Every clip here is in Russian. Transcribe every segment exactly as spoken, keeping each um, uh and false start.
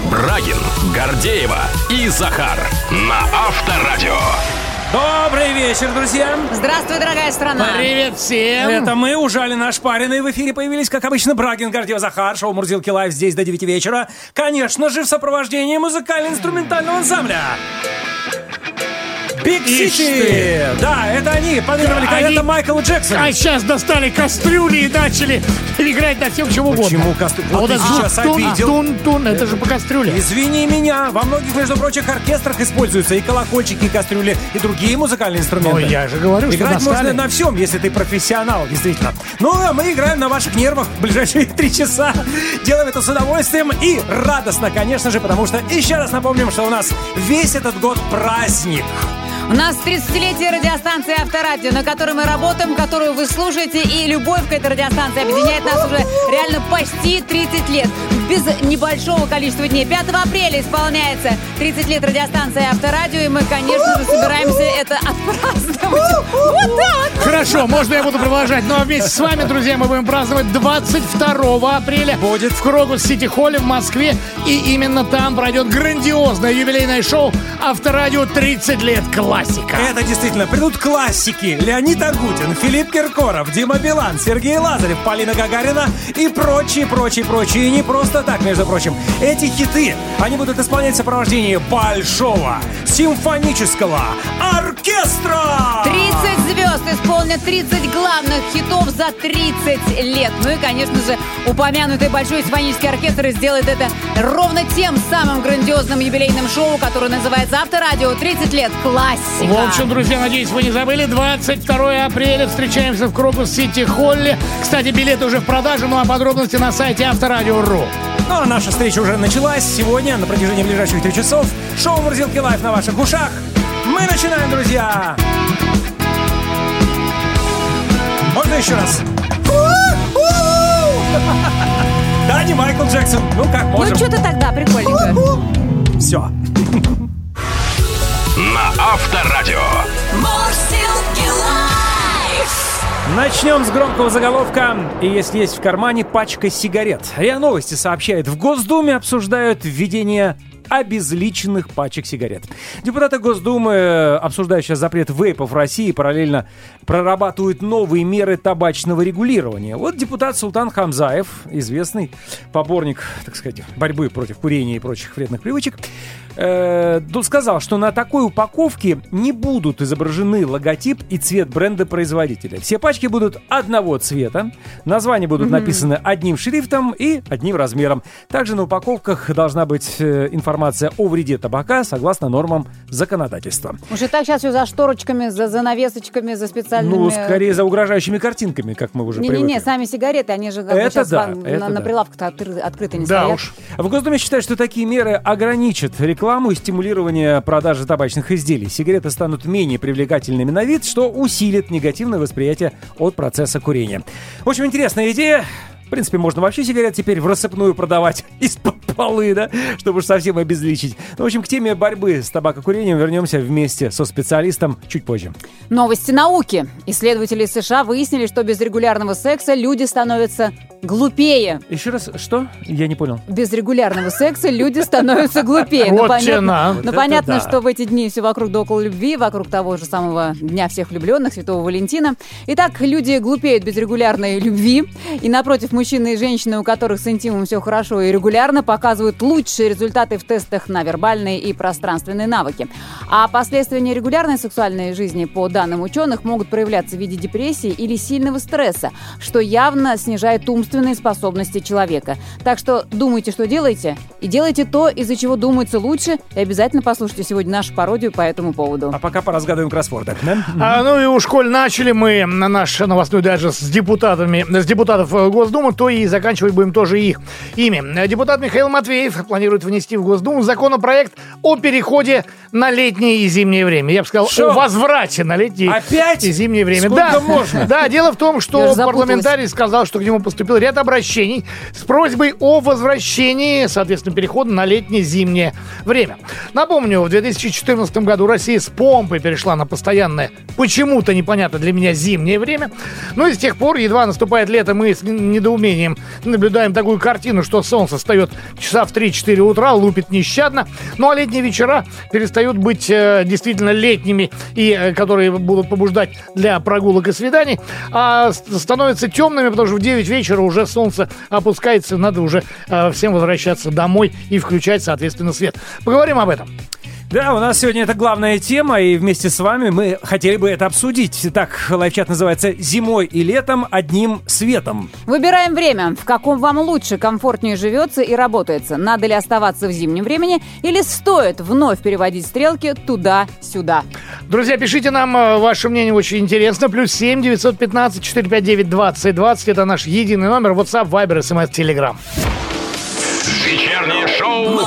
Брагин, Гордеева и Захар на Авторадио. Добрый вечер, друзья! Здравствуй, дорогая страна! Привет всем! Это мы, ужаленные, ошпаренные. В эфире появились, как обычно, Брагин, Гордеева, Захар. Шоу «Мурзилки Лайв» здесь до девяти вечера. Конечно же, в сопровождении музыкально-инструментального ансамбля Big City! Да, это они подыгрывали когда-то Майкл Джексон. А сейчас достали кастрюли и начали играть на всем, чем угодно. Почему кастрюли? А Вот вот ты это сейчас тун, обидел. тун, тун, это же по кастрюле. Извини меня, во многих, между прочим, оркестрах используются и колокольчики, и кастрюли, и другие музыкальные инструменты. Ну, я же говорю, что играть достали. можно на всем, если ты профессионал, действительно. Ну, а мы играем на ваших нервах в ближайшие три часа. Делаем это с удовольствием и радостно, конечно же, потому что еще раз напомним, что у нас весь этот год праздник. У нас тридцатилетие радиостанции Авторадио, на которой мы работаем, которую вы слушаете, и любовь к этой радиостанции объединяет нас уже реально почти тридцать лет. Без небольшого количества дней. пятого апреля исполняется тридцать лет радиостанции Авторадио, и мы, конечно же, собираемся это отпраздновать. Вот так! Хорошо, можно я буду продолжать. Ну а вместе с вами, друзья, мы будем праздновать двадцать второго апреля. Будет в Крокус Сити Холле в Москве. И именно там пройдет грандиозное юбилейное шоу «Авторадио тридцать лет классика». Это действительно, придут классики. Леонид Агутин, Филипп Киркоров, Дима Билан, Сергей Лазарев, Полина Гагарина и прочие, прочие, прочие. И не просто так, между прочим. Эти хиты, они будут исполнять в сопровождении большого симфонического оркестра. тридцать звезд исполнят тридцать главных хитов за тридцать лет. Ну и, конечно же, упомянутый Большой симфонический оркестр сделает это ровно тем самым грандиозным юбилейным шоу, которое называется «Авторадио тридцать лет классика». В общем, друзья, надеюсь, вы не забыли. двадцать второго апреля встречаемся в Крокус Сити Холле. Кстати, билеты уже в продаже, ну а подробности на сайте авторадио точка ру. Ну а наша встреча уже началась. Сегодня, на протяжении ближайших трех часов, шоу «Мурзилки Лайв» на ваших ушах. Мы начинаем, друзья! Можно еще раз? Да, не Майкл Джексон. Ну как, можем. Ну что-то тогда прикольненько. Все. На Авторадио. Начнем с громкого заголовка. И если есть в кармане пачка сигарет. РИА Новости сообщает, в Госдуме обсуждают введение обезличенных пачек сигарет. Депутаты Госдумы обсуждают сейчас запрет вейпов в России и параллельно прорабатывают новые меры табачного регулирования. Вот депутат Султан Хамзаев, известный поборник, так сказать, борьбы против курения и прочих вредных привычек, э, сказал, что на такой упаковке не будут изображены логотип и цвет бренда производителя. Все пачки будут одного цвета, названия будут mm-hmm. написаны одним шрифтом и одним размером. Также на упаковках должна быть э, информация о вреде табака согласно нормам законодательства. Уже так сейчас все за шторочками, за занавесочками, за специальными... Ну, скорее за угрожающими картинками, как мы уже привыкли. Не-не-не, сами сигареты, они же как бы сейчас да, на, это на да. прилавках откры, открыты не Да стоят. уж. В Госдуме считают, что такие меры ограничат рекламу и стимулирование продажи табачных изделий. Сигареты станут менее привлекательными на вид, что усилит негативное восприятие от процесса курения. В общем, интересная идея. В принципе, можно вообще сигарет теперь в рассыпную продавать из-под полы, да, чтобы уж совсем обезличить. Ну, в общем, к теме борьбы с табакокурением вернемся вместе со специалистом чуть позже. Новости науки. Исследователи из США выяснили, что без регулярного секса люди становятся глупее. Еще раз, что? Я не понял. Без регулярного секса люди становятся глупее. Вот Ну, чена. понятно, Вот ну, это понятно, да. что в эти дни все вокруг да около любви, вокруг того же самого Дня всех влюбленных, Святого Валентина. Итак, люди глупеют без регулярной любви. И напротив, мужчины и женщины, у которых с интимом все хорошо и регулярно, показывают лучшие результаты в тестах на вербальные и пространственные навыки. А последствия нерегулярной сексуальной жизни, по данным ученых, могут проявляться в виде депрессии или сильного стресса, что явно снижает умственные способности человека. Так что думайте, что делаете, и делайте то, из-за чего думается лучше, и обязательно послушайте сегодня нашу пародию по этому поводу. А пока поразгадываем кроссворды. Да? А, ну и уж коль начали мы на наш новостной дайджест с депутатами, с депутатов Госдумы, то и заканчивать будем тоже их ими. Депутат Михаил Матвеев планирует внести в Госдуму законопроект о переходе на летнее и зимнее время. Я бы сказал, Шо? о возврате на летнее Опять? и зимнее время. Сколько да, можно? Да, дело в том, Я что уже запуталась. парламентарий сказал, что к нему поступило ряд обращений с просьбой о возвращении, соответственно, перехода на летнее-зимнее время. Напомню, в две тысячи четырнадцатом году Россия с помпой перешла на постоянное, почему-то непонятно для меня, зимнее время. Ну и с тех пор, едва наступает лето, мы с недоумением наблюдаем такую картину, что солнце встает часа в три-четыре утра, лупит нещадно. Ну а летние вечера перестают быть э, действительно летними, и э, которые будут побуждать для прогулок и свиданий, а становятся темными, потому что в девять вечера уже солнце опускается, надо уже э, всем возвращаться домой и включать, соответственно, свет. Поговорим об этом. Да, у нас сегодня это главная тема, и вместе с вами мы хотели бы это обсудить. Итак, лайфчат называется «Зимой и летом одним светом». Выбираем время, в каком вам лучше, комфортнее живется и работается. Надо ли оставаться в зимнем времени или стоит вновь переводить стрелки туда-сюда? Друзья, пишите нам ваше мнение, очень интересно. Плюс семь девятьсот пятнадцать четыреста пятьдесят девять двадцать двадцать. Это наш единый номер. WhatsApp, Viber, эс эм эс, Telegram. Вечернее шоу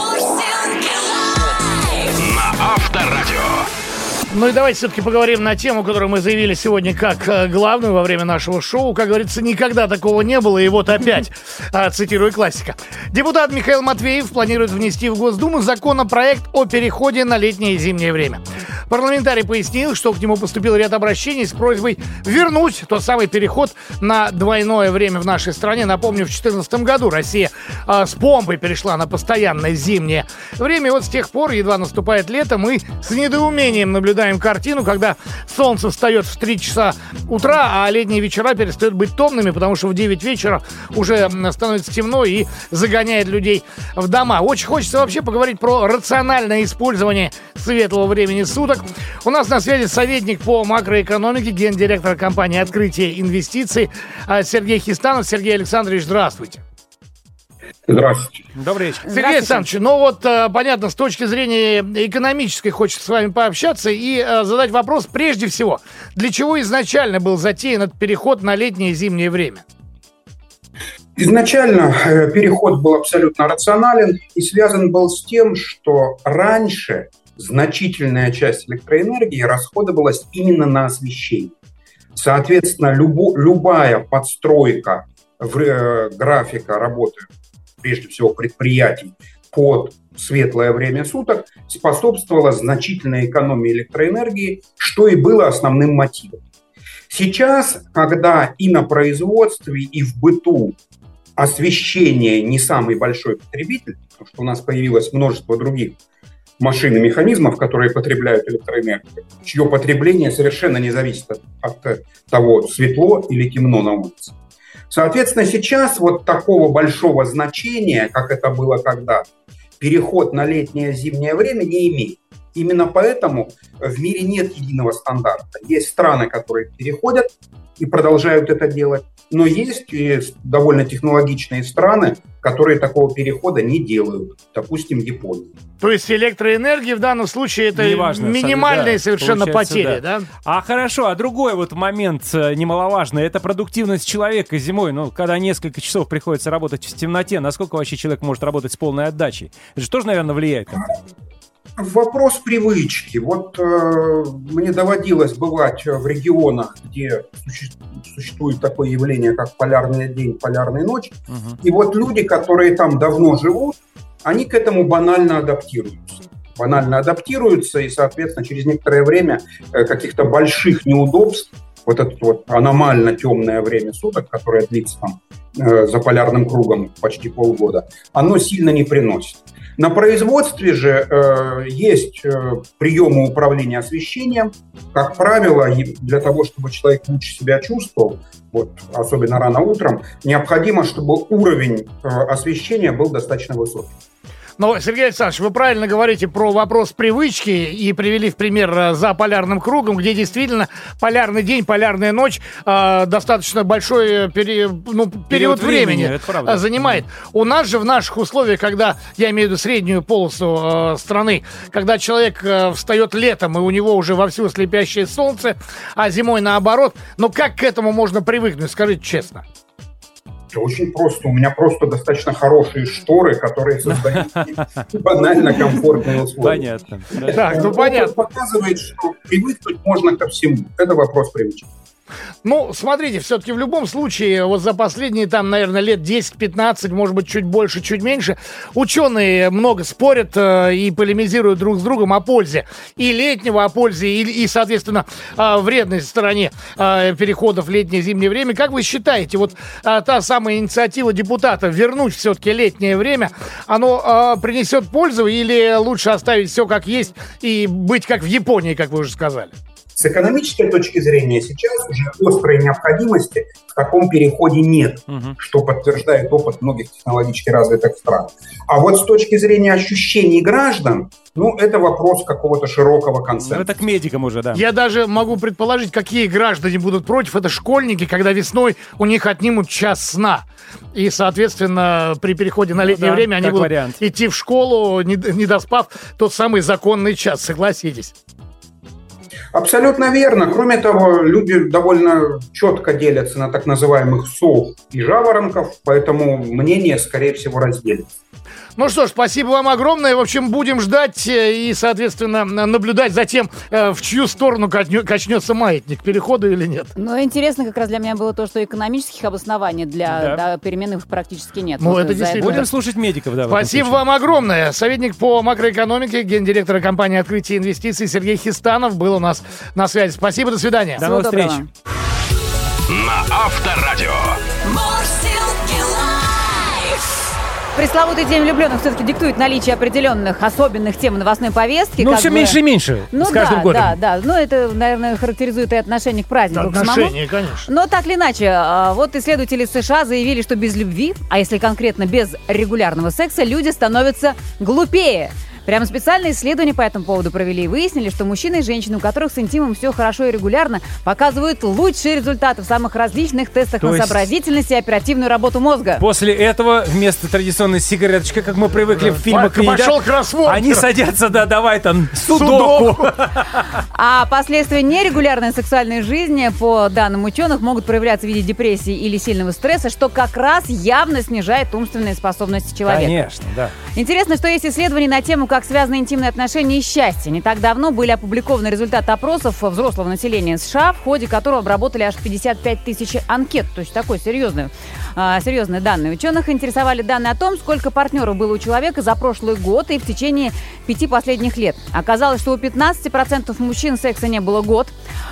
Авторадио. Ну и давайте все-таки поговорим на тему, которую мы заявили сегодня как главную во время нашего шоу. Как говорится, никогда такого не было, и вот опять, цитирую классика. Депутат Михаил Матвеев планирует внести в Госдуму законопроект о переходе на летнее и зимнее время. Парламентарий пояснил, что к нему поступил ряд обращений с просьбой вернуть тот самый переход на двойное время в нашей стране. Напомню, в две тысячи четырнадцатом году Россия а, с помпой перешла на постоянное зимнее время. И вот с тех пор, едва наступает лето, мы с недоумением наблюдаем картину, когда солнце встает в три часа утра, а летние вечера перестают быть томными, потому что в девять вечера уже становится темно и загоняет людей в дома. Очень хочется вообще поговорить про рациональное использование светлого времени суток. У нас на связи советник по макроэкономике, гендиректор компании «Открытие инвестиций» Сергей Хистанов. Сергей Александрович, здравствуйте. Здравствуйте. Добрый вечер. Сергей Александрович, ну вот, понятно, с точки зрения экономической хочется с вами пообщаться и задать вопрос прежде всего. Для чего изначально был затеян этот переход на летнее и зимнее время? Изначально переход был абсолютно рационален и связан был с тем, что раньше значительная часть электроэнергии расходовалась именно на освещение. Соответственно, любо, любая подстройка в, э, графика работы, прежде всего предприятий, под светлое время суток способствовала значительной экономии электроэнергии, что и было основным мотивом. Сейчас, когда и на производстве, и в быту освещение не самый большой потребитель, потому что у нас появилось множество других машин и механизмов, которые потребляют электроэнергию, чье потребление совершенно не зависит от, от того, светло или темно на улице. Соответственно, сейчас вот такого большого значения, как это было когда-то, переход на летнее и зимнее время не имеет. Именно поэтому в мире нет единого стандарта. Есть страны, которые переходят и продолжают это делать, но есть и довольно технологичные страны, которые такого перехода не делают. Допустим, Япония. То есть электроэнергия в данном случае это неважно, минимальные да, совершенно потери, да. да? А хорошо, а другой вот момент немаловажный, это продуктивность человека зимой. Ну, когда несколько часов приходится работать в темноте, насколько вообще человек может работать с полной отдачей? Это же тоже, наверное, влияет как-то. Вопрос привычки. Вот э, мне доводилось бывать в регионах, где существует такое явление, как полярный день, полярная ночь. Uh-huh. И вот люди, которые там давно живут, они к этому банально адаптируются. Банально адаптируются, и, соответственно, через некоторое время э, каких-то больших неудобств, вот это вот аномально темное время суток, которое длится там э, за полярным кругом почти полгода, оно сильно не приносит. На производстве же э, есть э, приемы управления освещением. Как правило, для того, чтобы человек лучше себя чувствовал, вот, особенно рано утром, необходимо, чтобы уровень э, освещения был достаточно высокий. Но, Сергей Александрович, вы правильно говорите про вопрос привычки и привели в пример за полярным кругом, где действительно полярный день, полярная ночь э, достаточно большой пери, ну, период, период времени, времени занимает. Mm-hmm. У нас же в наших условиях, когда, я имею в виду среднюю полосу э, страны, когда человек э, встает летом, и у него уже вовсю слепящее солнце, а зимой наоборот, но как к этому можно привыкнуть, скажите честно? Очень просто. У меня просто достаточно хорошие шторы, которые создают банально комфортные условия. Понятно. Так, ну понятно. Показывает, что привыкнуть можно ко всему. Это вопрос привычки. Ну, смотрите, все-таки в любом случае, вот за последние, там, наверное, лет десять-пятнадцать, может быть, чуть больше, чуть меньше, ученые много спорят э, и полемизируют друг с другом о пользе и летнего, о пользе и, и соответственно, э, вредной стороне э, перехода в летнее и зимнее время. Как вы считаете, вот э, та самая инициатива депутатов вернуть все-таки летнее время, оно э, принесет пользу или лучше оставить все как есть и быть как в Японии, как вы уже сказали? С экономической точки зрения сейчас уже острой необходимости в таком переходе нет, угу. что подтверждает опыт многих технологически развитых стран. А вот с точки зрения ощущений граждан, ну, это вопрос какого-то широкого консенсуса. Ну, это к медикам уже, да. Я даже могу предположить, какие граждане будут против. Это школьники, когда весной у них отнимут час сна. И, соответственно, при переходе на летнее ну, да, время они будут вариант. идти в школу, не, не доспав тот самый законный час, согласитесь. Абсолютно верно. Кроме того, люди довольно четко делятся на так называемых сов и жаворонков, поэтому мнение, скорее всего, разделится. Ну что ж, спасибо вам огромное. В общем, будем ждать и, соответственно, наблюдать за тем, в чью сторону качнется маятник, к переходу или нет. Ну, интересно как раз для меня было то, что экономических обоснований для да. Да, переменных практически нет. Ну, вот это действительно. Будем слушать медиков, да. Спасибо вам огромное. Советник по макроэкономике, гендиректора компании «Открытие инвестиций» Сергей Хистанов был у нас на связи. Спасибо, до свидания. До новых встреч. На Авторадио. Пресловутый День влюбленных все-таки диктует наличие определенных особенных тем новостной повестки. Ну, все бы... меньше и меньше ну, с каждым да, годом. Да, да, да. Ну, это, наверное, характеризует и отношение к празднику. Отношение, конечно. Но так или иначе, вот исследователи США заявили, что без любви, а если конкретно без регулярного секса, люди становятся глупее. Прямо специальные исследования по этому поводу провели и выяснили, что мужчины и женщины, у которых с интимом все хорошо и регулярно, показывают лучшие результаты в самых различных тестах То на есть... сообразительность и оперативную работу мозга. После этого вместо традиционной сигареточки, как мы привыкли да. в фильмах, пошел кроссворд. Они садятся, да, давай там судоку. А последствия нерегулярной сексуальной жизни, по данным ученых, могут проявляться в виде депрессии или сильного стресса, что как раз явно снижает умственные способности человека. Конечно, да. Интересно, что есть исследования на тему, как связаны интимные отношения и счастье. Не так давно были опубликованы результаты опросов взрослого населения США, в ходе которого обработали аж пятьдесят пять тысяч анкет. То есть такой серьезный, э, серьезные данные. Ученых интересовали данные о том, сколько партнеров было у человека за прошлый год и в течение пяти последних лет. Оказалось, что у пятнадцати процентов мужчин секса не было год,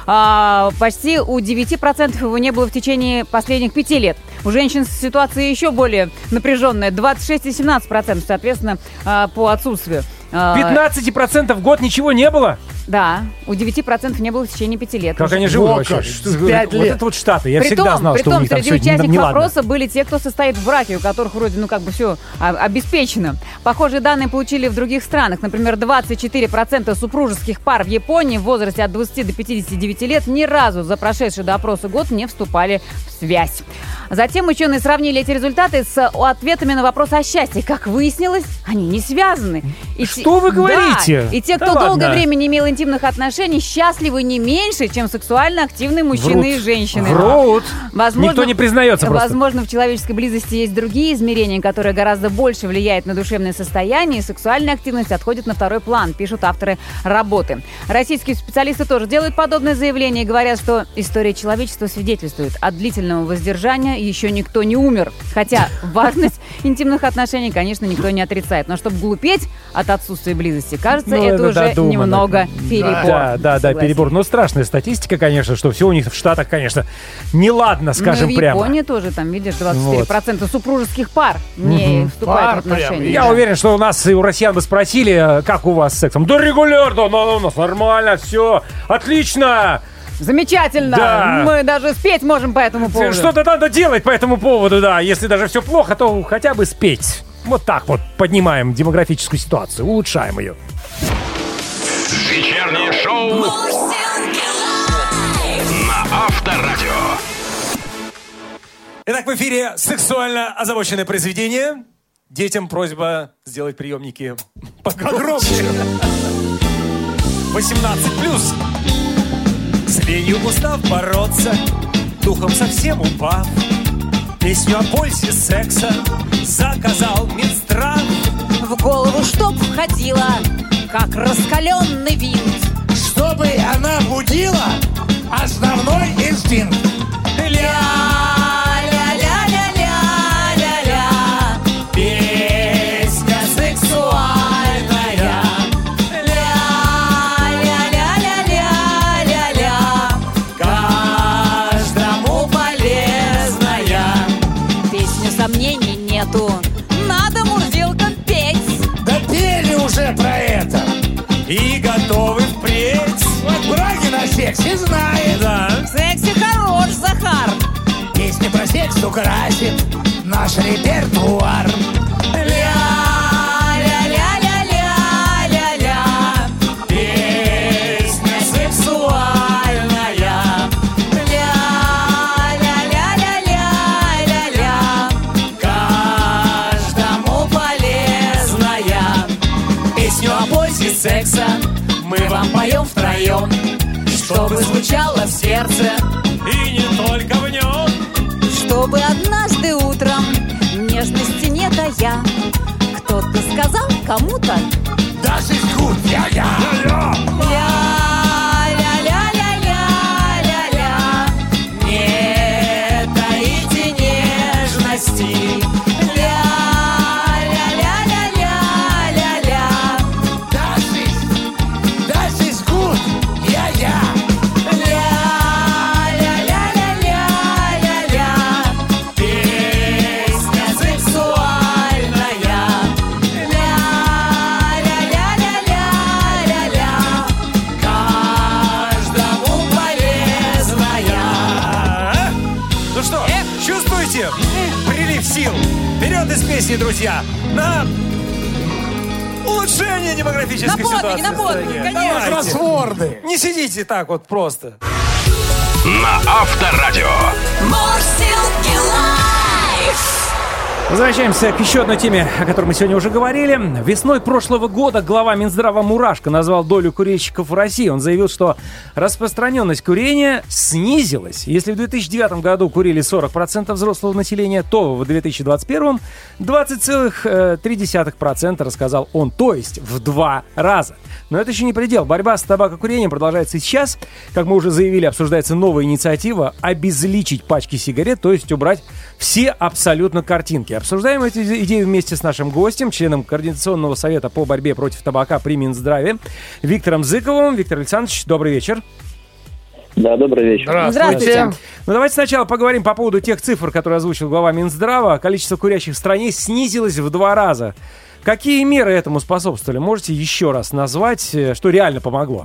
а почти у девяти процентов его не было в течение последних пяти лет. У женщин ситуация еще более напряженная. двадцать шесть и семнадцать процентов, соответственно, э, по отсутствию. пятнадцать процентов в год ничего не было? Да, у девяти процентов не было в течение пяти лет. Как уже. они живут О, вообще? как? пять лет. Вот это вот Штаты. Я притом, всегда знал, притом, что у них там среди все участников не, не опроса ладно. были те, кто состоит в браке, у которых вроде, ну, как бы все обеспечено. Похожие данные получили в других странах. Например, двадцать четыре процента супружеских пар в Японии в возрасте от двадцати до пятидесяти девяти лет ни разу за прошедший до опроса год не вступали в связь. Затем ученые сравнили эти результаты с ответами на вопрос о счастье. Как выяснилось, они не связаны. И что те... вы говорите? Да. И те, да кто ладно. долгое время не имел интимных отношений, счастливы не меньше, чем сексуально активные мужчины Врут. и женщины. Врут. Возможно, Никто не признается просто. Возможно, в человеческой близости есть другие измерения, которые гораздо больше влияют на душевное состояние, и сексуальная активность отходит на второй план, пишут авторы работы. Российские специалисты тоже делают подобное заявление и говорят, что история человечества свидетельствует: от длительного воздержания еще никто не умер. Хотя важность интимных отношений, конечно, никто не отрицает. Но чтобы глупеть от отсутствия близости, кажется, ну, это, это уже додумано. немного перебор. Да, да, да, перебор. Но страшная статистика, конечно, что все у них в Штатах, конечно, неладно, скажем ну, в прямо. В Японии тоже, там, видишь, двадцать четыре процента вот. Супружеских пар не угу. вступают пар в отношения. прям. Я уверен, что у нас и у россиян бы спросили, как у вас с сексом. Да регулярно, но у нас нормально, все, отлично. Замечательно! Да. Мы даже спеть можем по этому поводу. Что-то надо делать по этому поводу, да. Если даже все плохо, то хотя бы спеть. Вот так вот поднимаем демографическую ситуацию, улучшаем ее. Вечернее шоу на Авторадио. Итак, в эфире сексуально озабоченное произведение. Детям просьба сделать приемники погромче. восемнадцать плюс. С ленью устав бороться, духом совсем упав, песню о пользе секса заказал Минздрав. В голову чтоб входила, как раскаленный винт, чтобы она будила основной инстинкт. Ля-ля-ля-ля-ля-ля-ля, песня сексуальная. Ля-ля-ля-ля-ля-ля, каждому полезная. Песню сомнений нету, надо мурзилкам петь. Да пели уже про это. И готовы впредь. Вот Брагин о сексе знает. Да. В сексе хорош, Захар. Песня про секс украсит наш репертуар. Ля-ля-ля-ля-ля-ля, песня сексуальная. Ля-ля-ля-ля-ля-ля, каждому полезная. Песню о пользе секса мы вам поем втроем, чтобы звучало в сердце и не только в нем. Чтобы однажды утром нежности не тая, кто-то сказал кому-то: Das ist gut, я-я. Ля-ля-ля-ля-ля-ля, не таите нежности. Ля-ля-ля-ля-ля-ля, Das ist, das ist gut, я-я. ля-ля-ля-ля-ля-ля, песня сексуальная. Ля-ля-ля-ля-ля-ля, каждому полезная. Ну что, чувствуете прилив сил? Вперед из песни, друзья, на улучшение демографической На подвиги, ситуации на в подвиги, стране. конечно. Давайте. Кроссворды. Не сидите так вот просто. На Авторадио. Мурзилки лайф. Возвращаемся к еще одной теме, о которой мы сегодня уже говорили. Весной прошлого года глава Минздрава Мурашко назвал долю курильщиков в России. Он заявил, что распространенность курения снизилась. Если в две тысячи девятом году курили сорок процентов взрослого населения, то в две тысячи двадцать первом двадцать целых три десятых процента, рассказал он, то есть в два раза. Но это еще не предел. Борьба с табакокурением продолжается и сейчас. Как мы уже заявили, обсуждается новая инициатива обезличить пачки сигарет, то есть убрать все абсолютно картинки. Обсуждаем эти идеи вместе с нашим гостем, членом Координационного совета по борьбе против табака при Минздраве Виктором Зыковым. Виктор Александрович, добрый вечер. Да, добрый вечер. Здравствуйте. Ну, давайте сначала поговорим по поводу тех цифр, которые озвучил глава Минздрава. Количество курящих в стране снизилось в два раза. Какие меры этому способствовали? Можете еще раз назвать, что реально помогло?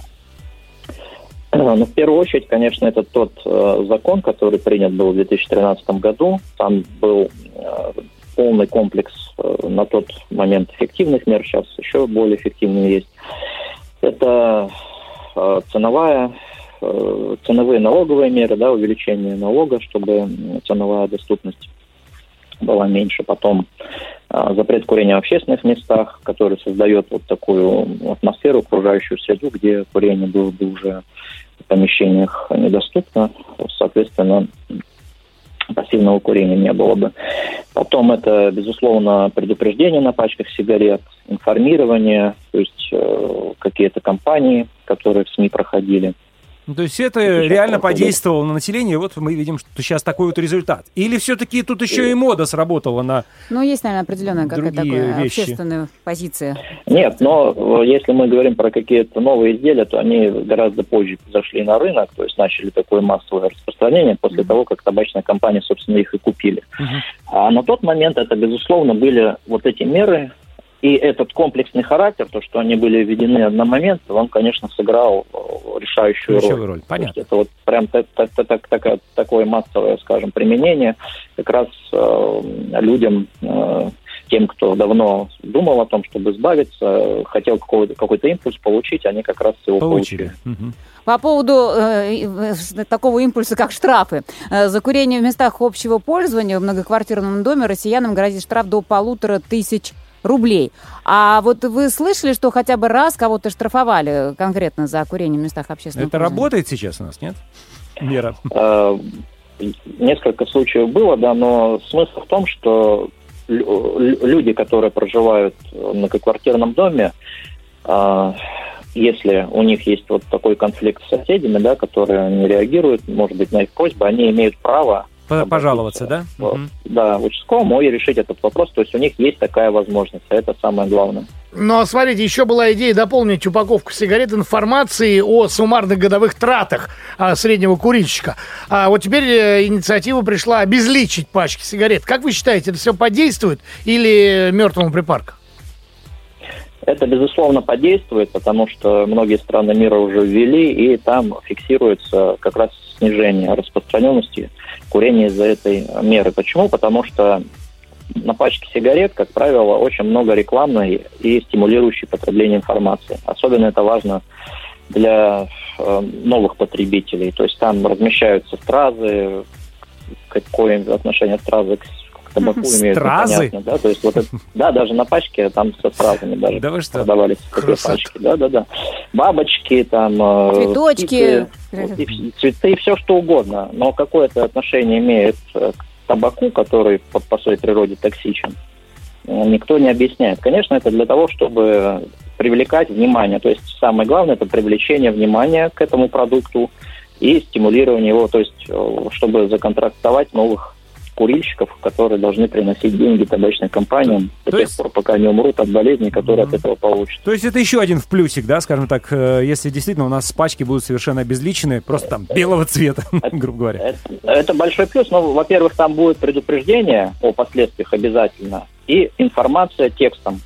Ну, в первую очередь, конечно, это тот э, закон, который принят был в две тысячи тринадцатом году. Там был э, полный комплекс э, на тот момент эффективных мер, сейчас еще более эффективные есть. Это э, ценовая, э, ценовые налоговые меры, да, увеличение налога, чтобы ценовая доступность была меньше. Потом э, запрет курения в общественных местах, который создает вот такую атмосферу, окружающую среду, где курение было бы уже в помещениях недоступно, соответственно, пассивного курения не было бы. Потом это, безусловно, предупреждение на пачках сигарет, информирование, то есть э, какие-то кампании, которые в СМИ проходили. Ну, то есть это реально подействовало на население, и вот мы видим, что сейчас такой вот результат. Или все-таки тут еще и мода сработала на Ну, есть, наверное, определенная какая-то другие такая вещи? общественная позиция. Нет, но если мы говорим про какие-то новые изделия, то они гораздо позже зашли на рынок, то есть начали такое массовое распространение после mm-hmm. того, как табачные компании, собственно, их и купили. Mm-hmm. А на тот момент это, безусловно, были вот эти меры, и этот комплексный характер, то, что они были введены одномоментно, он, конечно, сыграл решающую роль. роль. Понятно. Это вот прям так, так, так, так, такое массовое, скажем, применение как раз э, людям, э, тем, кто давно думал о том, чтобы избавиться, хотел какой-то, какой-то импульс получить, они как раз его получили. получили. Угу. По поводу э, э, такого импульса, как штрафы. Э, за курение в местах общего пользования в многоквартирном доме россиянам грозит штраф до полутора тысяч рублей. А вот вы слышали, что хотя бы раз кого-то штрафовали конкретно за курение в местах общественного Это пользования? работает сейчас у нас, нет? Мера. Несколько случаев было, да, но смысл в том, что люди, которые проживают в многоквартирном доме, если у них есть вот такой конфликт с соседями, да, которые не реагируют, может быть, на их просьбы, они имеют право пожаловаться, да? В, да, в участковом и решить этот вопрос. То есть у них есть такая возможность, а это самое главное. Но, смотрите, еще была идея дополнить упаковку сигарет информацией о суммарных годовых тратах а, среднего курильщика. А вот теперь э, инициатива пришла обезличить пачки сигарет. Как вы считаете, это все подействует или мертвому припарка? Это, безусловно, подействует, потому что многие страны мира уже ввели, и там фиксируется как раз снижение распространенности курения из-за этой меры. Почему? Потому что на пачке сигарет, как правило, очень много рекламной и стимулирующей потребление информации. Особенно это важно для э, новых потребителей. То есть там размещаются стразы, какое отношение стразы к к табаку имеют, непонятно, да, то есть вот это, да, даже на пачке там со стразами даже да продавались такие пачки, да, да, да, бабочки там, цветочки, птицы, цветы, все что угодно, но какое-то отношение имеет к табаку, который по, по своей природе токсичен, никто не объясняет. Конечно, это для того, чтобы привлекать внимание, то есть самое главное это привлечение внимания к этому продукту и стимулирование его, то есть чтобы законтрактовать новых курильщиков, которые должны приносить деньги табачным компаниям до тех пор, пока не умрут от болезней, которые mm-hmm. от этого получат. То есть это еще один в плюсик, да, скажем так, если действительно у нас пачки будут совершенно обезличены, просто там белого цвета, это, грубо говоря. Это, это большой плюс, но, во-первых, там будет предупреждение о последствиях обязательно и информация текстом.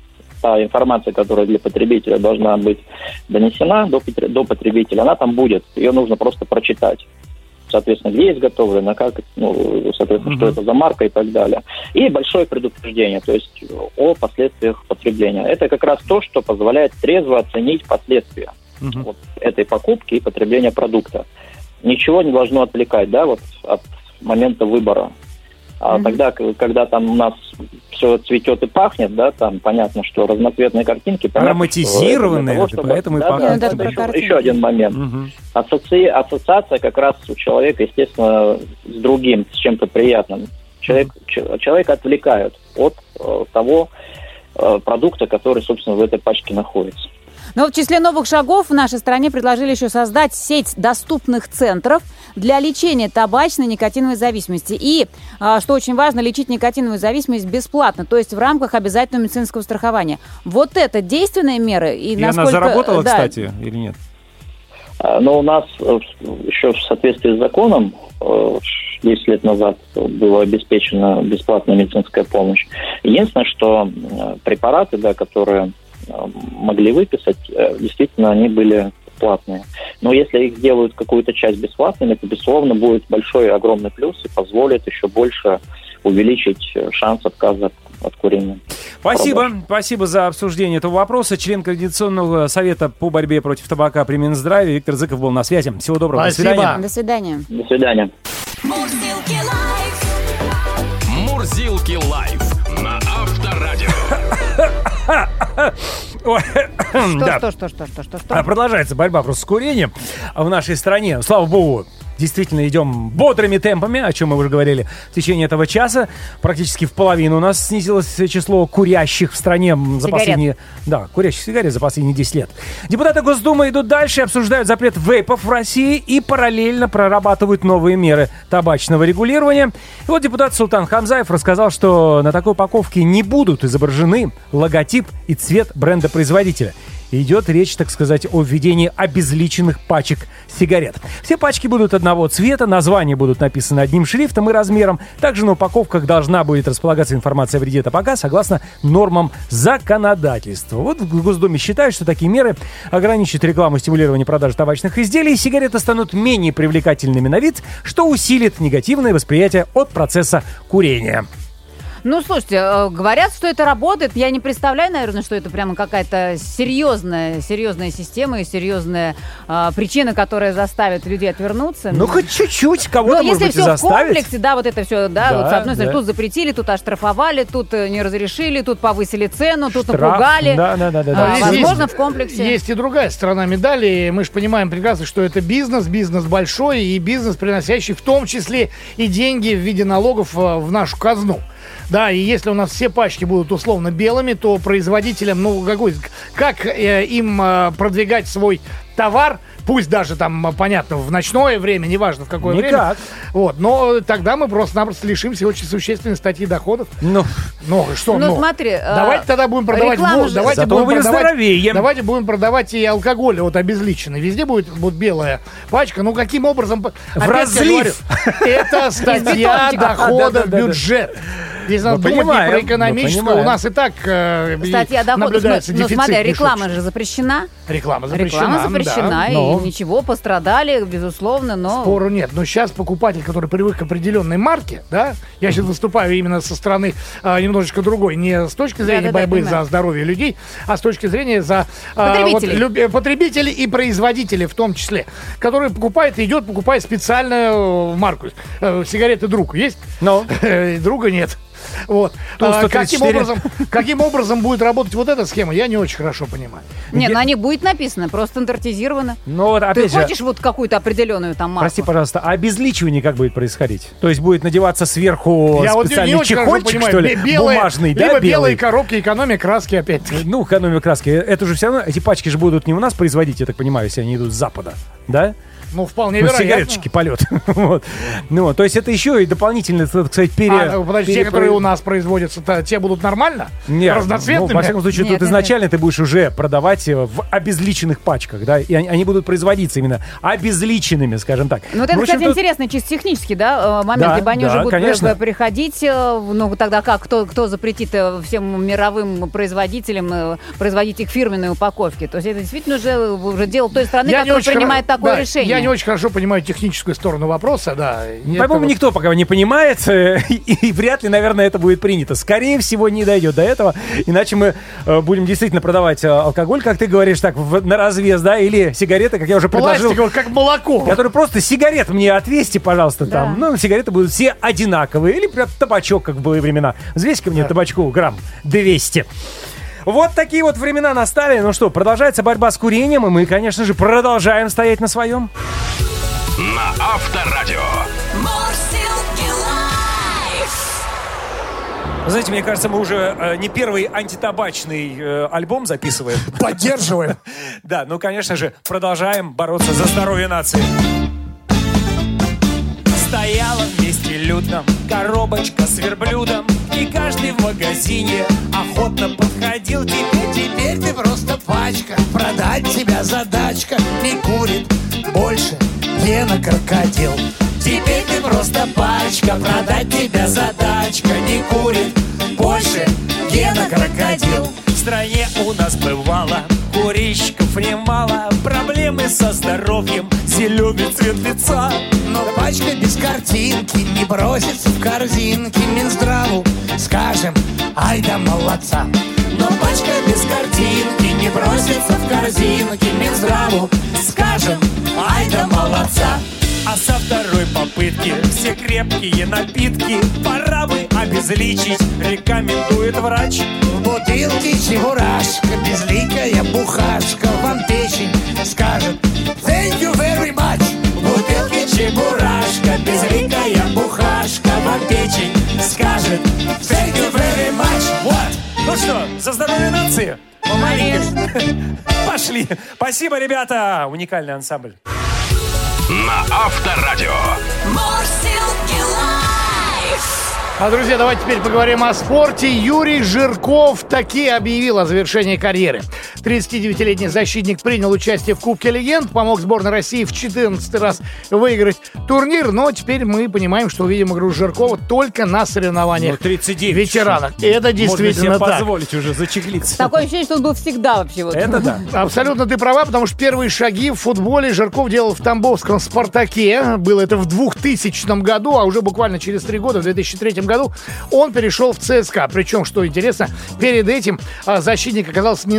Та информация, которая для потребителя должна быть донесена до, до потребителя, она там будет, ее нужно просто прочитать. Соответственно, где изготовлено, как, ну, соответственно, mm-hmm. что это за марка и так далее. И большое предупреждение, то есть о последствиях потребления. Это как раз то, что позволяет трезво оценить последствия mm-hmm. вот этой покупки и потребления продукта. Ничего не должно отвлекать, да, вот от момента выбора. А mm-hmm. тогда, когда там у нас все цветет и пахнет, да, там понятно, что разноцветные картинки... Ароматизированные, того, чтобы... поэтому и да, пахнет. Да, да, еще, еще один момент. Mm-hmm. Асоци... Ассоциация как раз у человека, естественно, с другим, с чем-то приятным. Человек, mm-hmm. Человека отвлекают от э, того э, продукта, который, собственно, в этой пачке находится. Но в числе новых шагов в нашей стране предложили еще создать сеть доступных центров для лечения табачной никотиновой зависимости. И, что очень важно, лечить никотиновую зависимость бесплатно, то есть в рамках обязательного медицинского страхования. Вот это действенные меры. И, и насколько... она заработала, да. кстати, или нет? Но у нас еще в соответствии с законом десять лет назад была обеспечена бесплатная медицинская помощь. Единственное, что препараты, да, которые могли выписать, действительно, они были платные. Но если их сделают какую-то часть бесплатными, то, безусловно, будет большой, огромный плюс и позволит еще больше увеличить шанс отказа от, от курения. Спасибо. Продаж. Спасибо за обсуждение этого вопроса. Член Координационного совета по борьбе против табака при Минздраве Виктор Зыков был на связи. Всего доброго. Спасибо. До свидания. До свидания. Мурзилки лайф. Мурзилки лайф на Авторадио. Что, что, что, что, что, что, что? Продолжается борьба просто с курением в нашей стране. Слава богу, действительно идем бодрыми темпами, о чем мы уже говорили в течение этого часа. Практически в половину у нас снизилось число курящих в стране за сигарет. последние... Да, курящих сигарет за последние десять лет. Депутаты Госдумы идут дальше, обсуждают запрет вейпов в России и параллельно прорабатывают новые меры табачного регулирования. И вот депутат Султан Хамзаев рассказал, что на такой упаковке не будут изображены логотип и цвет бренда-производителя. Идет речь, так сказать, о введении обезличенных пачек сигарет. Все пачки будут одного цвета, названия будут написаны одним шрифтом и размером. Также на упаковках должна будет располагаться информация о вреде табака согласно нормам законодательства. Вот в Госдуме считают, что такие меры ограничат рекламу и стимулирование продажи табачных изделий, и сигареты станут менее привлекательными на вид, что усилит негативное восприятие от процесса курения. Ну, слушайте, говорят, что это работает. Я не представляю, наверное, что это прямо какая-то серьезная, серьезная система и серьезная э, причина, которая заставит людей отвернуться. Ну, хоть чуть-чуть, кого-то, может быть, и заставить. Если все в комплексе, да, вот это все, да, да вот с одной стороны, да. тут запретили, тут оштрафовали, тут не разрешили, тут повысили цену, тут Штраф, напугали. Да, да, да, да, а, да. возможно, есть, в комплексе. Есть и другая сторона медали. Мы же понимаем прекрасно, что это бизнес, бизнес большой и бизнес, приносящий в том числе и деньги в виде налогов в нашу казну. Да, и если у нас все пачки будут условно белыми, то производителям, ну, какой, как э, им э, продвигать свой товар, пусть даже там, понятно, в ночное время, неважно в какое Никак. время. Вот, но тогда мы просто-напросто лишимся очень существенной статьи доходов. Ну, Ну, что, Ну, ну, смотри, давайте а, тогда будем продавать, реклама во- же- давайте Зато будем мы будем продавать, здоровее. давайте будем продавать и алкоголь вот обезличенный. Везде будет вот белая пачка. Ну, каким образом? Опять я разлив. говорю, это статья бетончика. дохода в Да-да-да-да. бюджет. Если Мы надо думать не понимаем, про мы экономическую, понимаем. у нас и так э, Статья доходов. наблюдается Ну, дефицит. смотри, реклама мешочек. же запрещена. Реклама запрещена. Реклама запрещена, да. и Но. ничего, пострадали, безусловно, но... Спору нет. Но сейчас покупатель, который привык к определенной марке, да, я сейчас выступаю именно со стороны а, немножечко другой, не с точки зрения Да-да-да, борьбы я понимаю. за здоровье людей, а с точки зрения за а, Потребителей. вот, люб- потребителей и производителей в том числе, который покупает и идет, покупает специальную марку. Э, Сигареты «Друг» есть? ну. Друга нет. Вот. Ту А, сто тридцать каким, четыре. образом, каким образом будет работать вот эта схема, я не очень хорошо понимаю. Нет, на них будет написано, просто стандартизировано. Ну вот Ты опять же, хочешь вот какую-то определенную там марку? прости, пожалуйста, а обезличивание как будет происходить? То есть будет надеваться сверху Я вот не- не специальный очень хорошо чехольчик, понимаю. что ли, Бе- белые- бумажный, либо да, белые белый? коробки, экономия краски опять-таки. Ну, экономия краски. Это же все равно, эти пачки же будут не у нас производить, я так понимаю, если они идут с запада, да? Ну, вполне Ну, вероятно. сигареточки, полет. Вот. Ну, вот, то есть это еще и дополнительно, так сказать, пере... А, ну, подожди, те, перепро- которые у нас производятся, то те будут нормально? Нет, Разноцветными? ну, во всяком случае, Нет, тут нет, изначально ты будешь уже продавать э, в обезличенных пачках, да, и они, они будут производиться именно обезличенными, скажем так. Ну, вот это, в общем, кстати, тут- интересный, чисто технический, да, э, момент, Да, либо они да, уже будут конечно. э, приходить, э, ну, тогда как, кто, кто запретит э, всем мировым производителям э, производить их фирменные упаковки? То есть это действительно уже, уже дело той страны, Я не которая очень принимает хоро- такое да, решение. Я не очень хорошо понимаю техническую сторону вопроса, да. И это По-моему, вот- никто пока не понимает, э, и, и вряд ли, наверное, это будет принято. Скорее всего, не дойдет до этого, иначе мы э, будем действительно продавать э, алкоголь, как ты говоришь, так, в- на развес, да, или сигареты, как я уже предложил. Пластиковый, как молоко. Который просто сигарет мне отвесьте, пожалуйста, Да. там. Ну, сигареты будут все одинаковые. Или прям табачок, как в былые времена. Взвесь-ка мне табачку грамм двести. Вот такие вот времена настали. Ну что, продолжается борьба с курением, и мы, конечно же, продолжаем стоять на своем. На Авторадио. Знаете, мне кажется, мы уже э, не первый антитабачный э, альбом записываем. Поддерживаем. Да, ну, конечно же, продолжаем бороться за здоровье нации. Стояла в месте людном коробочка с верблюдом, и каждый в магазине охотно подходил. Теперь, Теперь ты просто пачка, продать тебя задачка. Не курит больше Гена крокодил. Теперь ты просто пачка, продать тебя задачка. Не курит больше Гена крокодил. в стране у нас бывало курильщиков немало, проблемы со здоровьем, зеленый цвет лица. Но пачка без картинки не бросится в корзинки. Минздраву скажем, ай да молодца. Но пачка без картинки не бросится в корзинки. Минздраву скажем, ай да молодца. А со второй попытки все крепкие напитки пора бы обезличить, рекомендует врач. В бутылке чебурашка, безликая бухашка. Вам печень скажет thank you very much. В бутылке чебурашка, безликая бухашка. Вам печень скажет thank you very much. Вот, ну что, за здоровье нации? Молодец. Пошли. Спасибо, ребята. Уникальный ансамбль. На Авторадио. А, друзья, давайте теперь поговорим о спорте. Юрий Жирков таки объявил о завершении карьеры. тридцатидевятилетний защитник принял участие в Кубке легенд, помог сборной России в четырнадцатый раз выиграть турнир, но теперь мы понимаем, что увидим игру Жиркова только на соревнованиях Ну, тридцать девять. ветеранов. И это действительно Можно себе так. позволить уже зачехлиться. Такое ощущение, что он был всегда вообще вот. Это да. Абсолютно ты права, потому что первые шаги в футболе Жирков делал в Тамбовском «Спартаке». Было это в двухтысячном году, а уже буквально через три года, в две тысячи третьем году, он перешел в ЦСКА. Причем, что интересно, перед этим а, защитник оказался не нужен в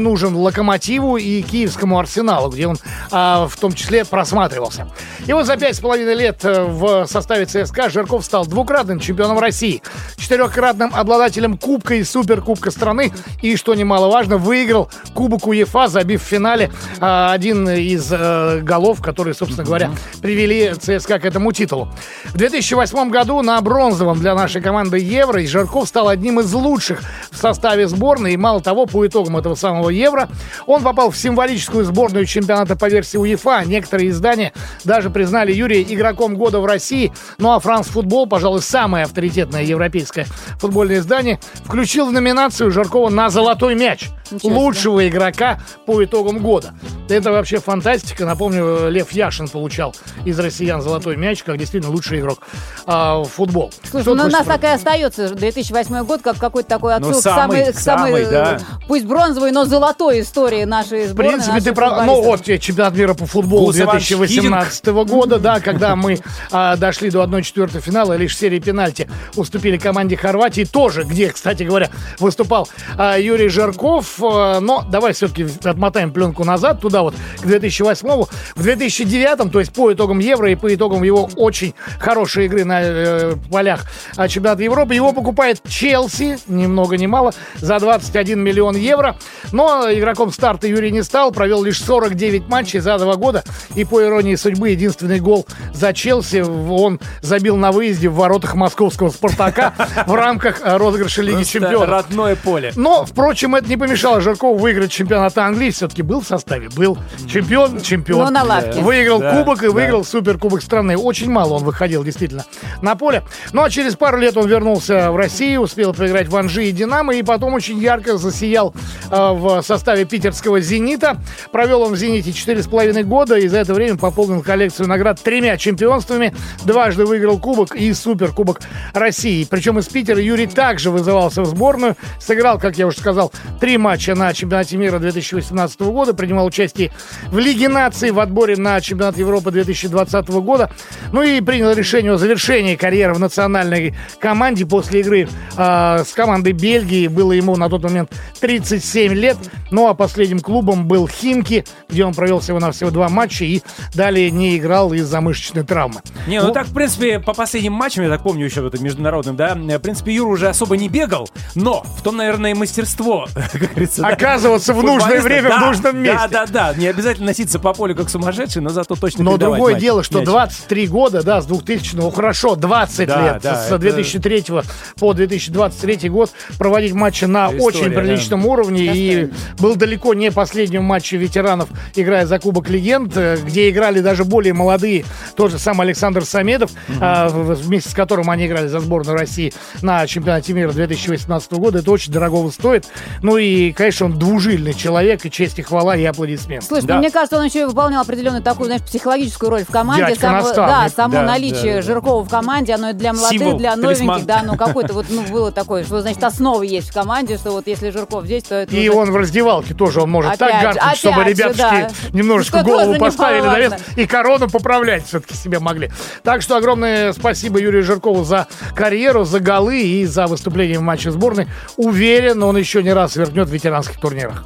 «Локомотиву» и киевскому «Арсеналу», где он а, в том числе просматривался. И вот за пять с половиной лет в составе ЦСКА Жирков стал двукратным чемпионом России, четырехкратным обладателем Кубка и Суперкубка страны и, что немаловажно, выиграл Кубок УЕФА, забив в финале а, один из а, голов, которые, собственно говоря, привели ЦСКА к этому титулу. В две тысячи восьмом году на бронзовом для нашей команды Евро Жирков стал одним из лучших в составе сборной. И мало того, по итогам этого самого Евро он попал в символическую сборную чемпионата по версии УЕФА. Некоторые издания даже признали Юрия игроком года в России. Ну а France Football, пожалуй, самое авторитетное европейское футбольное издание, включил в номинацию Жиркова на «Золотой мяч» лучшего игрока по итогам года. Это вообще фантастика. Напомню, Лев Яшин получал из россиян «Золотой мяч» как действительно лучший игрок а, в футбол. Слушай, Что ну у нас про... так и остается две тысячи восьмой год как какой-то такой отсылка ну, к самой, самый, самой да. пусть бронзовой, но золотой истории нашей В сборной. принципе, ты прав. Ну вот чемпионат мира по футболу две тысячи восемнадцатого года, да, когда мы а, дошли до одной четвертой финала, лишь в серии пенальти уступили команде Хорватии, тоже, где, кстати говоря, выступал а, Юрий Жирков. А, но давай все-таки отмотаем пленку назад, туда вот, к две тысячи восьмому. В две тысячи девятом, то есть по итогам Евро и по итогам его очень хорошей игры на э, полях а, чемпионата Европы, его покупает Челси, ни много ни мало, за двадцать один миллион евро. Но игроком старта Юрий не стал, провел лишь сорок девять матчей за два года. И по иронии судьбы, единственный гол за Челси он забил на выезде в воротах московского «Спартака» в рамках розыгрыша Лиги Чемпионов. Родное поле. Но, впрочем, это не помешало Жиркову выиграть чемпионат Англии. Все-таки был в составе, был чемпион, чемпион. Но на лавке. Выиграл Да, кубок и да. выиграл суперкубок страны. Очень мало он выходил, действительно, на поле. Ну, а через пару лет он вернулся в Россию, успел поиграть в «Анжи» и «Динамо», и потом очень ярко засиял э, в составе питерского «Зенита». Провел он в «Зените» четыре с половиной года, и за это время пополнил коллекцию наград тремя чемпионствами. Дважды выиграл кубок и суперкубок России. Причем из Питера Юрий также вызывался в сборную. Сыграл, как я уже сказал, три матча на чемпионате мира две тысячи восемнадцатого года. Принимал участие в Лиге наций, в отборе на чемпионат Европы две тысячи двадцатого года. Ну и принял решение о завершении карьеры в национальной команде после игры э, с командой Бельгии. Было ему на тот момент тридцать семь лет. Ну а последним клубом был Химки, где он провел всего-навсего два матча и далее не играл из-за мышечной травмы. Не, ну Вот. так, в принципе, по последним матчам, я так помню еще вот международным, да, в принципе, Юра уже особо не бегал, но в том, наверное, и мастерство, как говорится, да, Оказываться в нужное футболиста. время в Да, нужном месте. Да, да, да, не обязательно носиться по полю как сумасшедший, но зато точно Но передавать другое мяч. дело, что мяч. двадцать три года, да, с двухтысячного, хорошо, двадцать Да, лет, да, с это- две тысячи третьего по две тысячи двадцать третий год проводить матчи на Это очень история, приличном уровне. И был далеко не последним матче ветеранов, играя за Кубок Легенд, э, где играли даже более молодые, тот же сам Александр Самедов, а, в- вместе с которым они играли за сборную России на чемпионате мира две тысячи восемнадцатого года. Это очень дорогого стоит. Ну и, конечно, он двужильный человек, и честь и хвала, и аплодисменты. Слушай, Да. ну, мне кажется, он еще и выполнял определенную такую, знаешь, психологическую роль в команде. Дядька Само, наставник. да, само Да, наличие да, да. Жиркова в команде, оно и для молодых, Символ, для талисман. новеньких, да, ну какой-то вот, ну, было такое, что, значит, основа есть в команде, что вот если Жирков здесь, то это И уже- он в раздевалке тоже, он может так Опять же, гаркнуть, опять чтобы же, ребятушки да. немножечко Что голову тоже поставили на вес немаловажно. и корону поправлять все-таки себе могли. Так что огромное спасибо Юрию Жиркову за карьеру, за голы и за выступление в матче сборной. Уверен, он еще не раз сверкнет в ветеранских турнирах.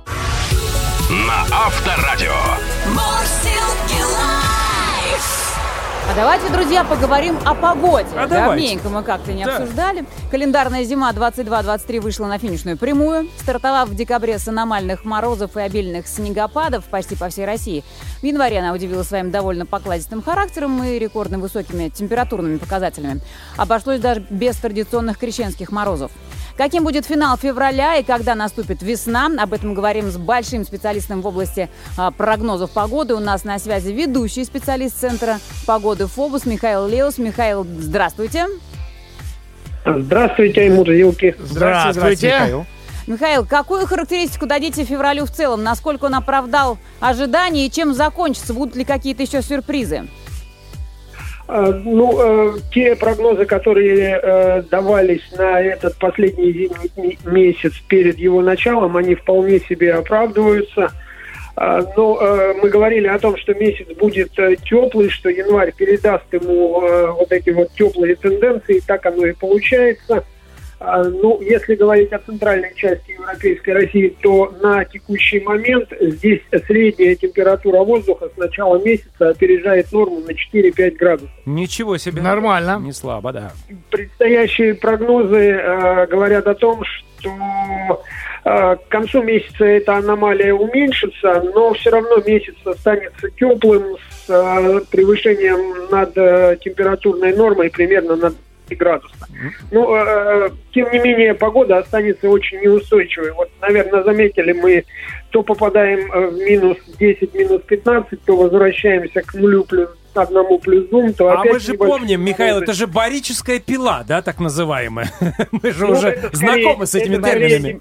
На Авторадио. А давайте, друзья, поговорим о погоде. А давайте. Давненько мы как-то не Да. обсуждали. Календарная зима двадцать два двадцать три вышла на финишную прямую, стартовав в декабре с аномальных морозов и обильных снегопадов почти по всей России. В январе она удивила своим довольно покладистым характером и рекордно высокими температурными показателями. Обошлось даже без традиционных крещенских морозов. Каким будет финал февраля и когда наступит весна? Об этом говорим с большим специалистом в области а, прогнозов погоды. У нас на связи ведущий специалист Центра погоды ФОБУС Михаил Леус. Михаил, здравствуйте. Здравствуйте, мурзилки. Здравствуйте, Михаил. Михаил, какую характеристику дадите февралю в целом? Насколько он оправдал ожидания и чем закончится? Будут ли какие-то еще сюрпризы? А, Ну, э, те прогнозы, которые э, давались на этот последний зимний месяц перед его началом, они вполне себе оправдываются. А, Но э, мы говорили о том, что месяц будет э, теплый, что январь передаст ему э, вот эти вот теплые тенденции, так оно и получается. Ну, если говорить о центральной части Европейской России, то на текущий момент здесь средняя температура воздуха с начала месяца опережает норму на четыре-пять градусов. Ничего себе. Нормально. Не слабо, да. Предстоящие прогнозы э, говорят о том, что э, к концу месяца эта аномалия уменьшится, но все равно месяц останется теплым с э, превышением над э, температурной нормой примерно на градуса. Но, э, тем не менее, погода останется очень неустойчивой. Вот, наверное, заметили мы, то попадаем в минус десять, минус пятнадцать, то возвращаемся к нулю плюс одному плюс двум, то а опять... мы же помним, Михаил, это же барическая пила, да, так называемая? Мы же ну, уже знакомы с этими терминами.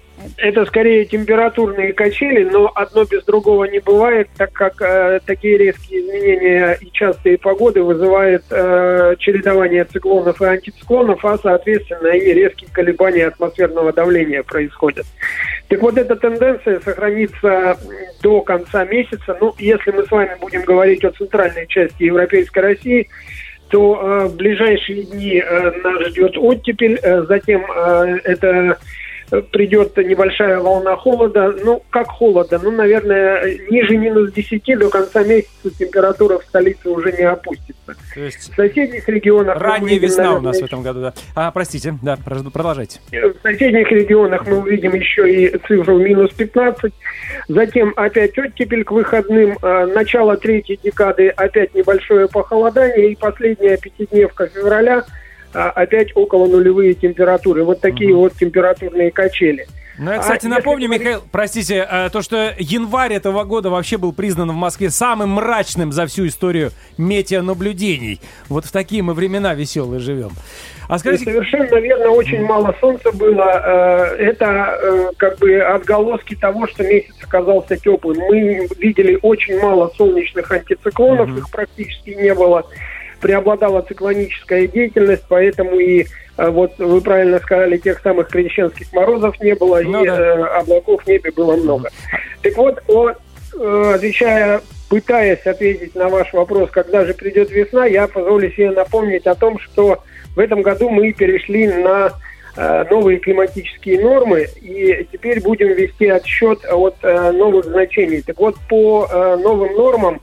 Это скорее температурные качели, но одно без другого не бывает, так как э, такие резкие изменения и частые погоды вызывают э, чередование циклонов и антициклонов, а, соответственно, и резкие колебания атмосферного давления происходят. Так вот, эта тенденция сохранится до конца месяца. Ну, если мы с вами будем говорить о центральной части Европейской России, то э, в ближайшие дни э, нас ждет оттепель, э, затем э, это... придет небольшая волна холода. Ну, как холода? Ну, наверное, ниже минус десяти до конца месяца температура в столице уже не опустится. То есть в соседних регионах... ранняя увидим, весна наверное, у нас в этом году, да. А, простите, да, продолжайте. В соседних регионах мы увидим еще и цифру минус пятнадцать. Затем опять оттепель к выходным. Начало третьей декады опять небольшое похолодание. И последняя пятидневка февраля опять около нулевые температуры. Вот такие угу. вот температурные качели. Ну, я, кстати, а напомню, говорить... Михаил, простите, то, что январь этого года вообще был признан в Москве самым мрачным за всю историю метеонаблюдений. Вот в такие мы времена веселые живем. А скажите... Совершенно верно, очень мало солнца было. Это как бы отголоски того, что месяц оказался теплым. Мы видели очень мало солнечных антициклонов, угу. их практически не было. Преобладала циклоническая деятельность, поэтому и, вот вы правильно сказали, тех самых крещенских морозов не было, ну, и да. э, облаков в небе было много. Так вот, о, э, отвечая, пытаясь ответить на ваш вопрос, когда же придет весна, я позволю себе напомнить о том, что в этом году мы перешли на э, новые климатические нормы, и теперь будем вести отсчет от э, новых значений. Так вот, по э, новым нормам,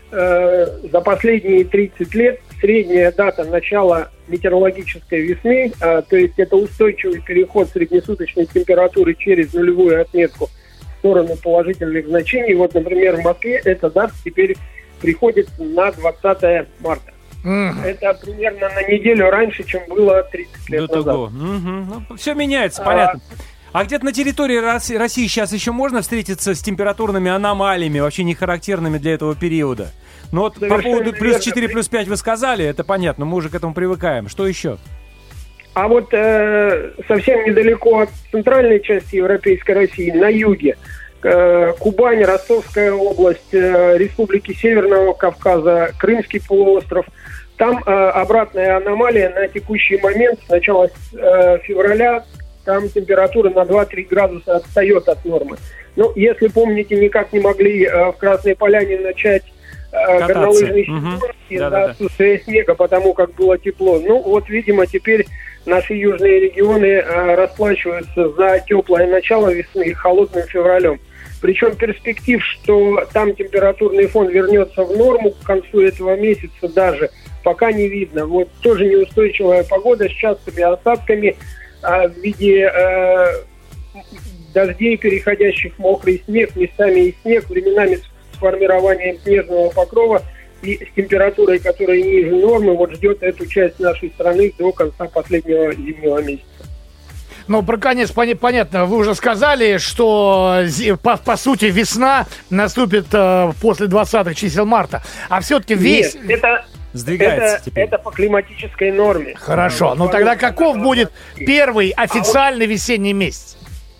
за последние тридцать лет средняя дата начала метеорологической весны, то есть это устойчивый переход среднесуточной температуры через нулевую отметку в сторону положительных значений. Вот, например, в Москве эта дата теперь приходит на двадцатое марта. Mm-hmm. Это примерно на неделю раньше, чем было тридцать лет До назад. Mm-hmm. Ну, все меняется, понятно. А... А где-то на территории России сейчас еще можно встретиться с температурными аномалиями, вообще не характерными для этого периода? Ну вот совершенно по поводу плюс четыре, плюс пять вы сказали, это понятно, мы уже к этому привыкаем. Что еще? А вот э, совсем недалеко от центральной части Европейской России, на юге, э, Кубань, Ростовская область, э, республики Северного Кавказа, Крымский полуостров, там э, обратная аномалия на текущий момент, с начала э, февраля, там температура на два-три градуса отстает от нормы. Ну, если помните, никак не могли э, в Красной Поляне начать э, горнолыжный сезон угу. из-за да, отсутствия да. снега, потому как было тепло. Ну, вот, видимо, теперь наши южные регионы э, расплачиваются за теплое начало весны холодным февралем. Причем перспектив, что там температурный фон вернется в норму к концу этого месяца даже, пока не видно. Вот тоже неустойчивая погода с частыми осадками, в виде э, дождей, переходящих в мокрый снег, местами и снег, временами с формированием снежного покрова и с температурой, которая ниже нормы, вот ждет эту часть нашей страны до конца последнего зимнего месяца. Ну, про конец понятно. Вы уже сказали, что по, по сути весна наступит э, после двадцатых чисел марта. А все-таки весь... Нет, это... Сдвигается это, теперь. это по климатической норме. Хорошо. Ну тогда каков будет первый официальный весенний месяц?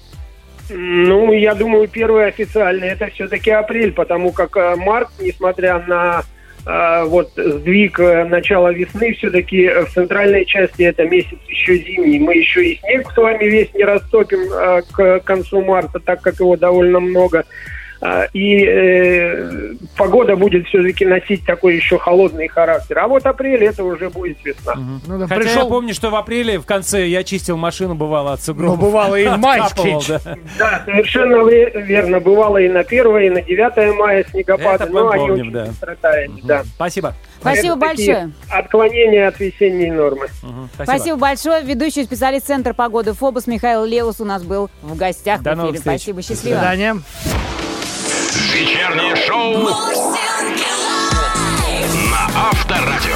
Ну, я думаю, первый официальный это все-таки апрель, потому как март, несмотря на э, вот сдвиг начала весны, все-таки в центральной части это месяц еще зимний. Мы еще и снег с вами весь не растопим э, к концу марта, так как его довольно много. И э, погода будет все-таки носить такой еще холодный характер. А вот апрель это уже будет весна. Угу. Ну, да, Хотя пришел... я помню, что в апреле в конце я чистил машину, бывало, от сугробов. Ну, бывало и в мае. Да. да, совершенно верно. Бывало и на первое, и на девятое мая снегопады. Это но они помним, очень да. быстро тают. Угу. Да. Спасибо. Спасибо это большое. Отклонения от весенней нормы. Угу. Спасибо. Спасибо большое. Ведущий специалист Центра погоды ФОБОС Михаил Леус у нас был в гостях. До в эфире. Спасибо, счастливо. До свидания. Вечернее шоу на Авторадио.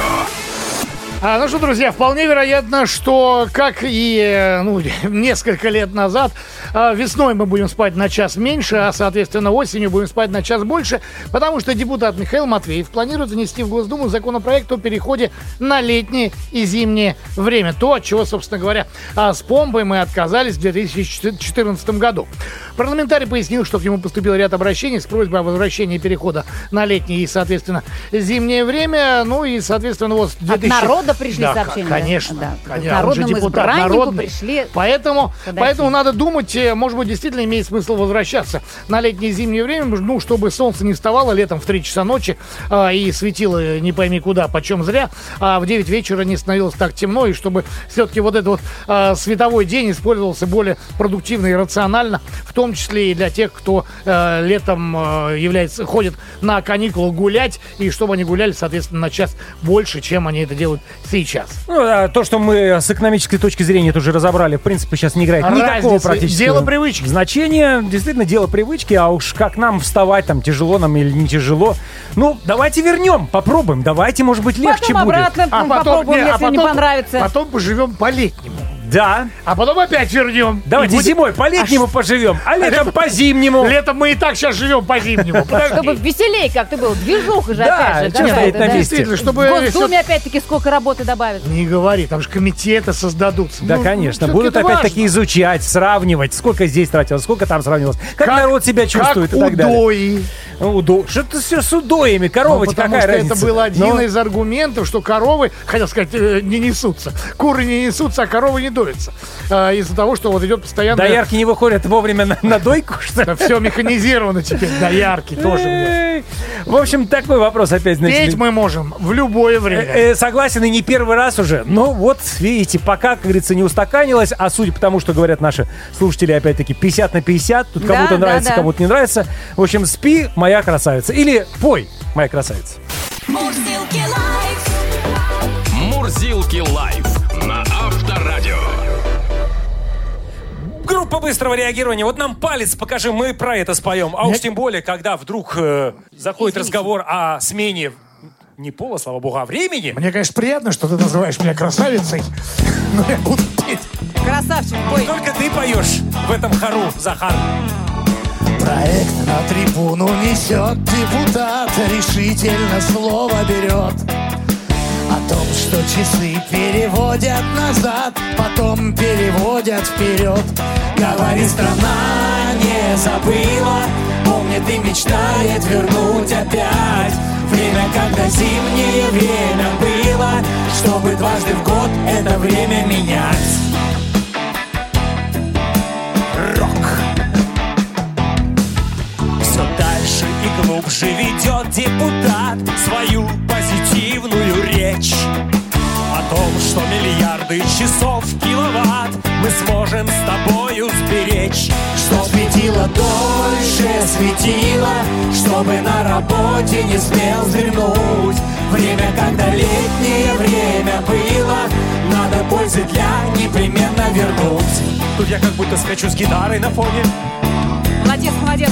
А, ну что, друзья, вполне вероятно, что, как и ну, несколько лет назад, весной мы будем спать на час меньше, а, соответственно, осенью будем спать на час больше, потому что депутат Михаил Матвеев планирует занести в Госдуму законопроект о переходе на летнее и зимнее время. То, от чего, собственно говоря, с помпой мы отказались в две тысячи четырнадцатом году. Парламентарий пояснил, что к нему поступил ряд обращений с просьбой о возвращении перехода на летнее и, соответственно, зимнее время. Ну и, соответственно, вот... две тысячи... От народа пришли да, сообщения. Конечно, да? конечно. Народному депутат избраннику народный. пришли. Поэтому, поэтому надо думать, может быть, действительно имеет смысл возвращаться на летнее и зимнее время, ну, чтобы солнце не вставало летом в три часа ночи а, и светило не пойми куда, почем зря, а в девять вечера не становилось так темно, и чтобы все-таки вот этот вот а, световой день использовался более продуктивно и рационально, в том числе и для тех, кто а, летом а, является, ходит на каникулы гулять, и чтобы они гуляли, соответственно, на час больше, чем они это делают сейчас. Ну, а то, что мы с экономической точки зрения это уже разобрали, в принципе, сейчас не играет Разница, никакого практически дело привычки. значения. Действительно, дело привычки, а уж как нам вставать, там, тяжело нам или не тяжело. Ну, давайте вернем, попробуем, давайте, может быть, легче потом будет. обратно А потом, попробуем, не, если а потом, не понравится. Потом поживем по-летнему. Да. А потом опять вернем. Давайте будет... зимой по-летнему а поживем, а летом по-зимнему. Летом мы и так сейчас живем по-зимнему. Чтобы веселее как-то было. Движуха же да, опять же. стоит на месте. Действительно, чтобы... В Госдуме опять-таки сколько работы добавят. Не говори, там же комитеты создадутся. Да, ну, конечно. Ну, будут опять-таки важно. изучать, сравнивать, сколько здесь тратилось, сколько там сравнивалось. Как, как народ себя чувствует как и так далее. удои. Удо... Что ты все с удоями? Корова, ну, какая потому что разница? это был один Но... из аргументов, что коровы, хотел сказать, не несутся. Куры не несутся, а коровы не доятся. А, из-за того, что вот идет постоянно... Доярки не выходят вовремя на, на дойку, что ли? Все механизировано теперь, доярки тоже. В общем, такой вопрос опять. Петь мы можем в любое время. Э, э, согласен, и не первый раз уже. Но вот, видите, пока, как говорится, не устаканилось, а судя по тому, что говорят наши слушатели, опять-таки, пятьдесят на пятьдесят, тут да, кому-то да, нравится, да. кому-то не нравится. В общем, спи, моя красавица. Или пой, моя красавица. Мурзилки лайф. Мурзилки лайф на Авторадио. Группа быстрого реагирования. Вот нам палец покажи, мы про это споем. А уж Нет. тем более, когда вдруг э, заходит разговор о смене не пола, слава богу, а времени. Мне, конечно, приятно, что ты называешь меня красавицей, но я буду петь. Красавчик, пой. Только ты поешь в этом хору, Захар. Проект на трибуну несет депутат, решительно слово берет о том, что часы переводят назад, потом переводят вперед. Говорит, страна не забыла, помнит и мечтает вернуть опять время, когда зимнее время было, чтобы дважды в год это время менять. Все дальше и глубже ведет депутат свою позитивную речь о том, что миллиарды часов киловатт мы сможем с тобою сберечь. Что светило дольше светило, чтобы на работе не смел вздремнуть. Время, когда летнее время было, надо пользы для непременно вернуть. Тут я как будто скачу с гитарой на фоне. Молодец, молодец.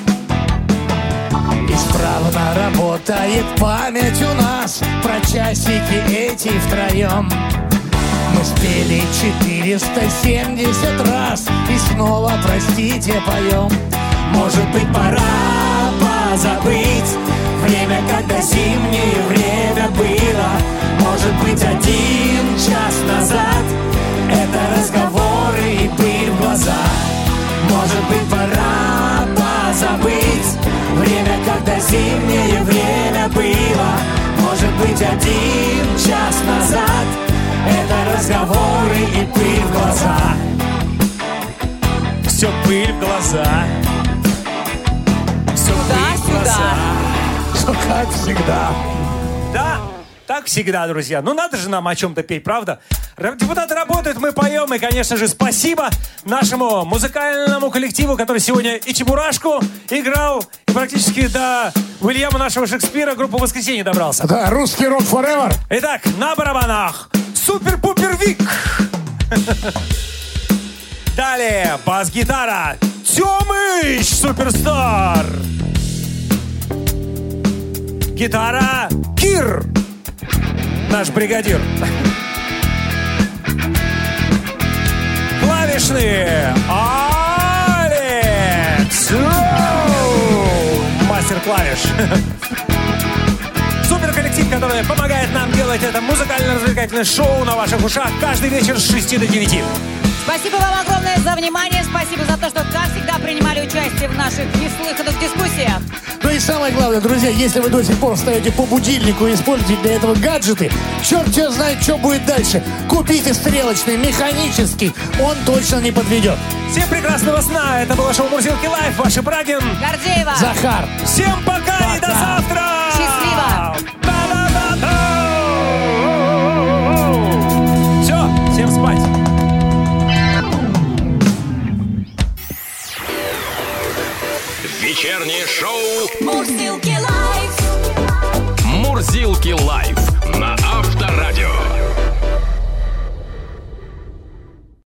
Исправно работает память у нас про часики эти втроем. Мы спели четыреста семьдесят раз и снова, простите, поем. Может быть, пора позабыть время, когда зимнее время было. Может быть, один час назад это разговоры и пыль в глаза. Может быть, пора позабыть время, когда зимнее время было. Может быть, один час назад это разговоры и пыль в глаза. Все пыль в глаза, всегда. Что как всегда. Да, так всегда, друзья. Ну, надо же нам о чем-то петь, правда? Р- Депутаты работают, мы поем. И, конечно же, спасибо нашему музыкальному коллективу, который сегодня и Чебурашку играл, и практически до Уильяма нашего Шекспира группу «Воскресенье» добрался. Да, русский рок forever. Итак, на барабанах Супер-пупер Вик. Далее бас-гитара Тёмыч Суперстар. Гитара Кир, наш бригадир. Клавишные Алекс, Оу! Мастер клавиш. Супер коллектив, который помогает нам делать это музыкально-развлекательное шоу на ваших ушах каждый вечер с шести до девяти. Спасибо вам огромное за внимание. Спасибо за то, что, как всегда, принимали участие в наших неслыханных дискуссиях. Ну и самое главное, друзья, если вы до сих пор встаете по будильнику и используете для этого гаджеты, черт тебя знает, что будет дальше. Купите стрелочный, механический, он точно не подведет. Всем прекрасного сна. Это было шоу «Мурзилки Лайф». Ваш Брагин. Гордеева. Захар. Всем пока, пока. И до завтра. Счастливо. Все, всем спать. Вечернее шоу Мурзилки лайф. «Мурзилки Лайф».